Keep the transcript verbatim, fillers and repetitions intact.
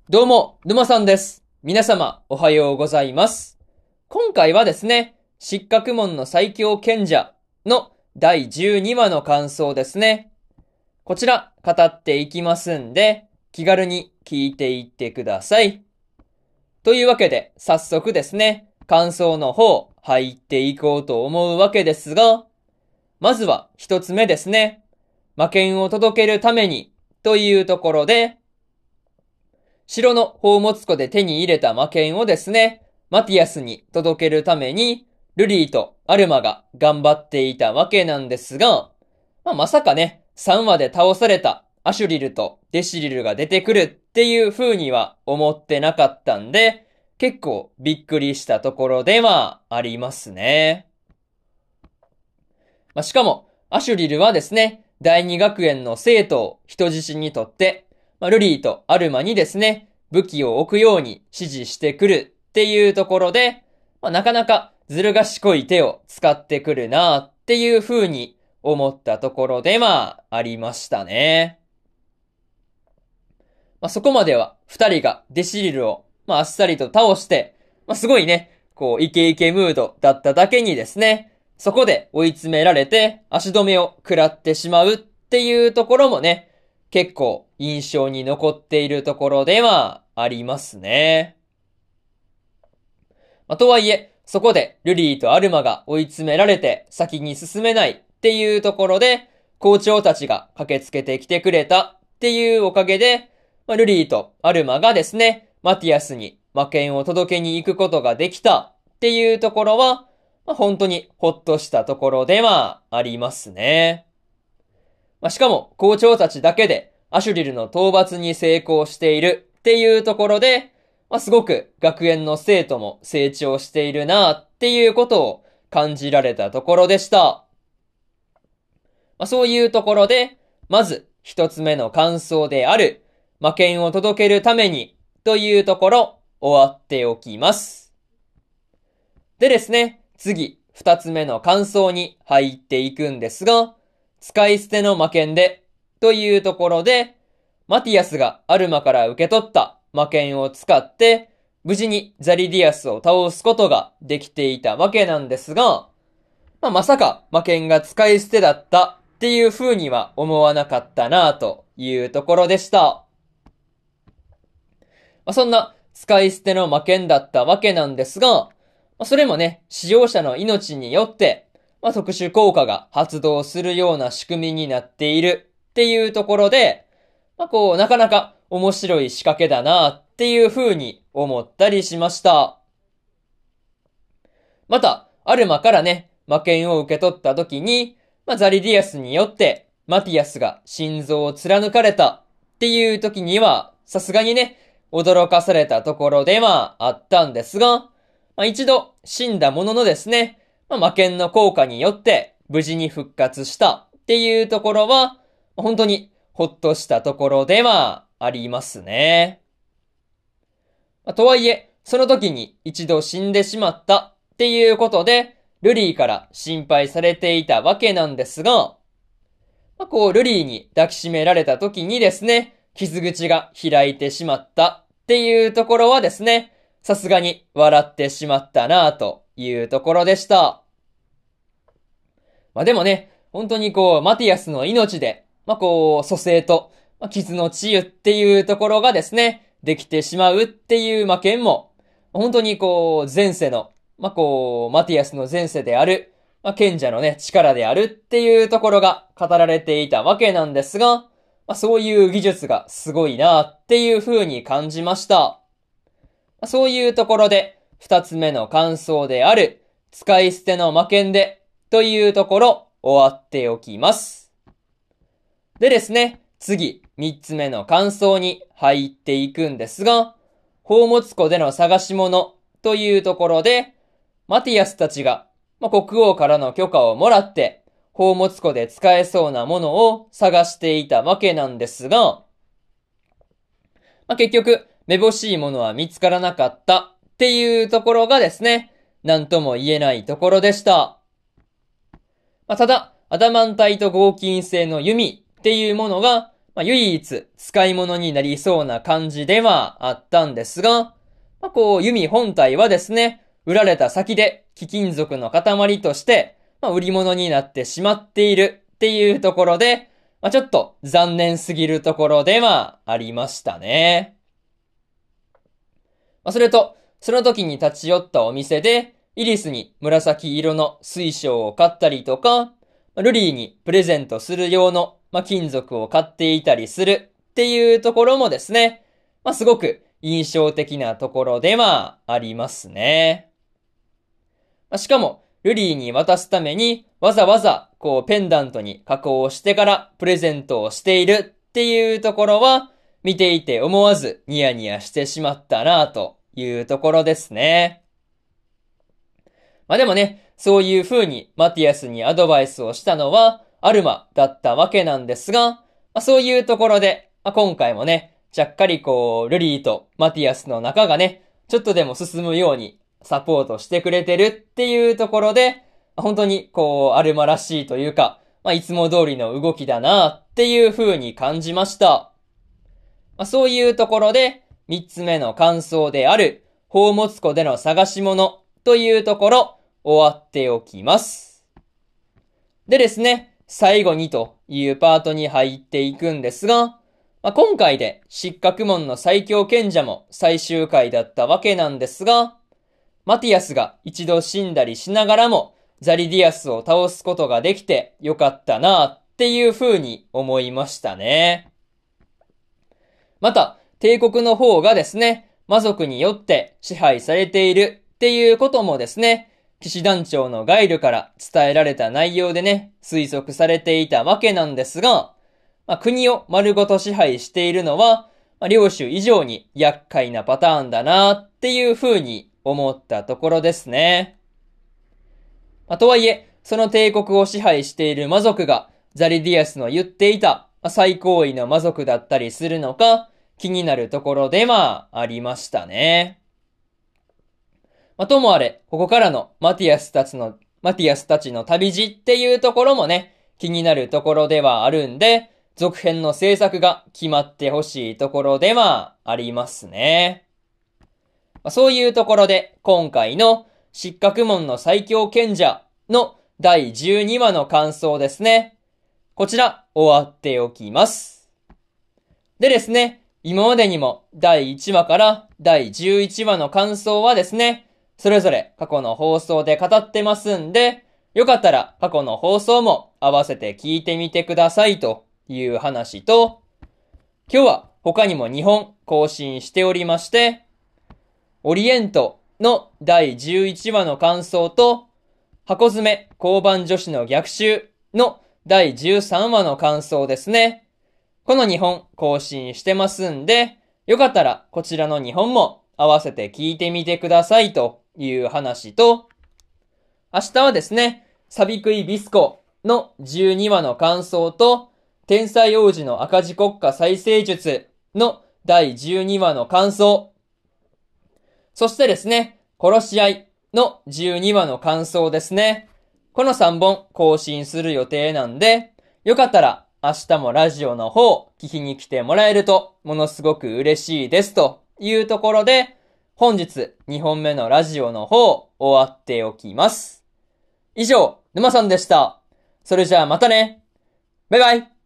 どうも、沼さんです。皆様、おはようございます。今回はですね、失格門の最強賢者のだいじゅうにわの感想ですね。こちら、語っていきますんで、気軽に聞いていってください。というわけで、早速ですね、感想の方、入っていこうと思うわけですが、まずは一つ目ですね。魔剣を届けるために、というところで、城の宝物庫で手に入れた魔剣をですね、マティアスに届けるために、ルリーとアルマが頑張っていたわけなんですが、まあ、まさかね、さんわで倒されたアシュリルとデシリルが出てくるっていう風には思ってなかったんで、結構びっくりしたところではありますね。まあ、しかも、アシュリルはですね、第二学園の生徒を人質にとって、まあ、ルリーとアルマにですね、武器を置くように指示してくるっていうところで、まあ、なかなかずる賢い手を使ってくるなっていう風に思ったところではありましたね。まあ、そこまでは二人がデシリルを、まあ、あっさりと倒して、まあ、すごいね、こうイケイケムードだっただけにですね、そこで追い詰められて足止めを食らってしまうっていうところもね、結構印象に残っているところではありますね。まあ、とはいえ、そこでルリーとアルマが追い詰められて先に進めないっていうところで、校長たちが駆けつけてきてくれたっていうおかげで、まあ、ルリーとアルマがですね、マティアスに魔剣を届けに行くことができたっていうところは、まあ、本当にほっとしたところではありますね。まあ、しかも校長たちだけでアシュリルの討伐に成功しているっていうところで、まあ、すごく学園の生徒も成長しているなっていうことを感じられたところでした。まあ、そういうところで、まず一つ目の感想である魔剣を届けるためにというところ終わっておきます。でですね、次二つ目の感想に入っていくんですが、使い捨ての魔剣でというところで、マティアスがアルマから受け取った魔剣を使って、無事にザリディアスを倒すことができていたわけなんですが、まあ、まさか魔剣が使い捨てだったっていう風には思わなかったなというところでした。まあ、そんな使い捨ての魔剣だったわけなんですが、まあ、それもね、使用者の命によって、まあ、特殊効果が発動するような仕組みになっているっていうところで、まあ、こう、なかなか面白い仕掛けだなっていう風に思ったりしました。また、アルマからね、魔剣を受け取った時に、まあ、ザリディアスによって、マティアスが心臓を貫かれたっていう時には、さすがにね、驚かされたところではあったんですが、まあ、一度死んだもののですね、まあ、魔剣の効果によって無事に復活したっていうところは、本当にほっとしたところではありますね。まあ、とはいえ、その時に一度死んでしまったっていうことで、ルリーから心配されていたわけなんですが、まあ、こう、ルリーに抱きしめられた時にですね、傷口が開いてしまったっていうところはですね、さすがに笑ってしまったなというところでした。まあでもね、本当にこう、マティアスの命で、まあこう、蘇生と、まあ、傷の治癒っていうところがですね、できてしまうっていう魔剣も、本当にこう、前世の、まあこう、マティアスの前世である、まあ賢者のね、力であるっていうところが語られていたわけなんですが、まあそういう技術がすごいなっていう風に感じました。まあそういうところで、二つ目の感想である、使い捨ての魔剣で、というところ、終わっておきます。でですね、次、三つ目の感想に入っていくんですが、宝物庫での探し物というところで、マティアスたちが、まあ、国王からの許可をもらって、宝物庫で使えそうなものを探していたわけなんですが、まあ、結局、めぼしいものは見つからなかったっていうところがですね、なんとも言えないところでした。まあ、ただ、アダマンタイト合金製の弓っていうものが、 まあ、唯一使い物になりそうな感じではあったんですが、まあ、こう、弓本体はですね、売られた先で貴金属の塊として、まあ、売り物になってしまっているっていうところで、まあ、ちょっと残念すぎるところではありましたね。まあ、それと、その時に立ち寄ったお店で、イリスに紫色の水晶を買ったりとか、ルリーにプレゼントする用の、まあ、金属を買っていたりするっていうところもですね、まあ、すごく印象的なところではありますね。まあ、しかも、ルリーに渡すためにわざわざこうペンダントに加工してからプレゼントをしているっていうところは見ていて思わずニヤニヤしてしまったなというところですね。まあでもね、そういう風にマティアスにアドバイスをしたのはアルマだったわけなんですが、まあ、そういうところで、まあ、今回もね、ちゃっかりこうルリーとマティアスの仲がね、ちょっとでも進むようにサポートしてくれてるっていうところで、本当にこう、アルマらしいというか、まあ、いつも通りの動きだなっていう風に感じました。まあ、そういうところで、三つ目の感想である、宝物庫での探し物というところ、終わっておきます。でですね、最後にというパートに入っていくんですが、まあ、今回で失格門の最強賢者も最終回だったわけなんですが、マティアスが一度死んだりしながらも、ザリディアスを倒すことができてよかったなっていう風に思いましたね。また、帝国の方がですね、魔族によって支配されているっていうこともですね、騎士団長のガイルから伝えられた内容でね、推測されていたわけなんですが、まあ、国を丸ごと支配しているのは、まあ、領主以上に厄介なパターンだなっていう風に思ったところですね。まあ、とはいえ、その帝国を支配している魔族がザリディアスの言っていた最高位の魔族だったりするのか気になるところではありましたね。まあ、ともあれ、ここからのマティアスたちの、マティアスたちの旅路っていうところもね、気になるところではあるんで、続編の制作が決まってほしいところではありますね。まあ、そういうところで、今回の失格門の最強賢者のだいじゅうにわの感想ですね。こちら、終わっておきます。でですね、今までにもだいいちわからだいじゅういちわの感想はですね、それぞれ過去の放送で語ってますんで、よかったら過去の放送も合わせて聞いてみてくださいという話と、今日は他にもにほん更新しておりまして、オリエントのだいじゅういちわの感想と、箱詰め交番女子の逆襲のだいじゅうさんわの感想ですね。このにほん更新してますんで、よかったらこちらのにほんも合わせて聞いてみてくださいという話と、明日はですね、サビクイビスコのじゅうにわの感想と、天才王子の赤字国家再生術のだいじゅうにわの感想、そしてですね、殺し合いのじゅうにわの感想ですね。このさんぼん更新する予定なんで、よかったら明日もラジオの方聞きに来てもらえるとものすごく嬉しいですというところで、本日にほんめのラジオの方終わっておきます。以上、沼さんでした。それじゃあまたね。バイバイ。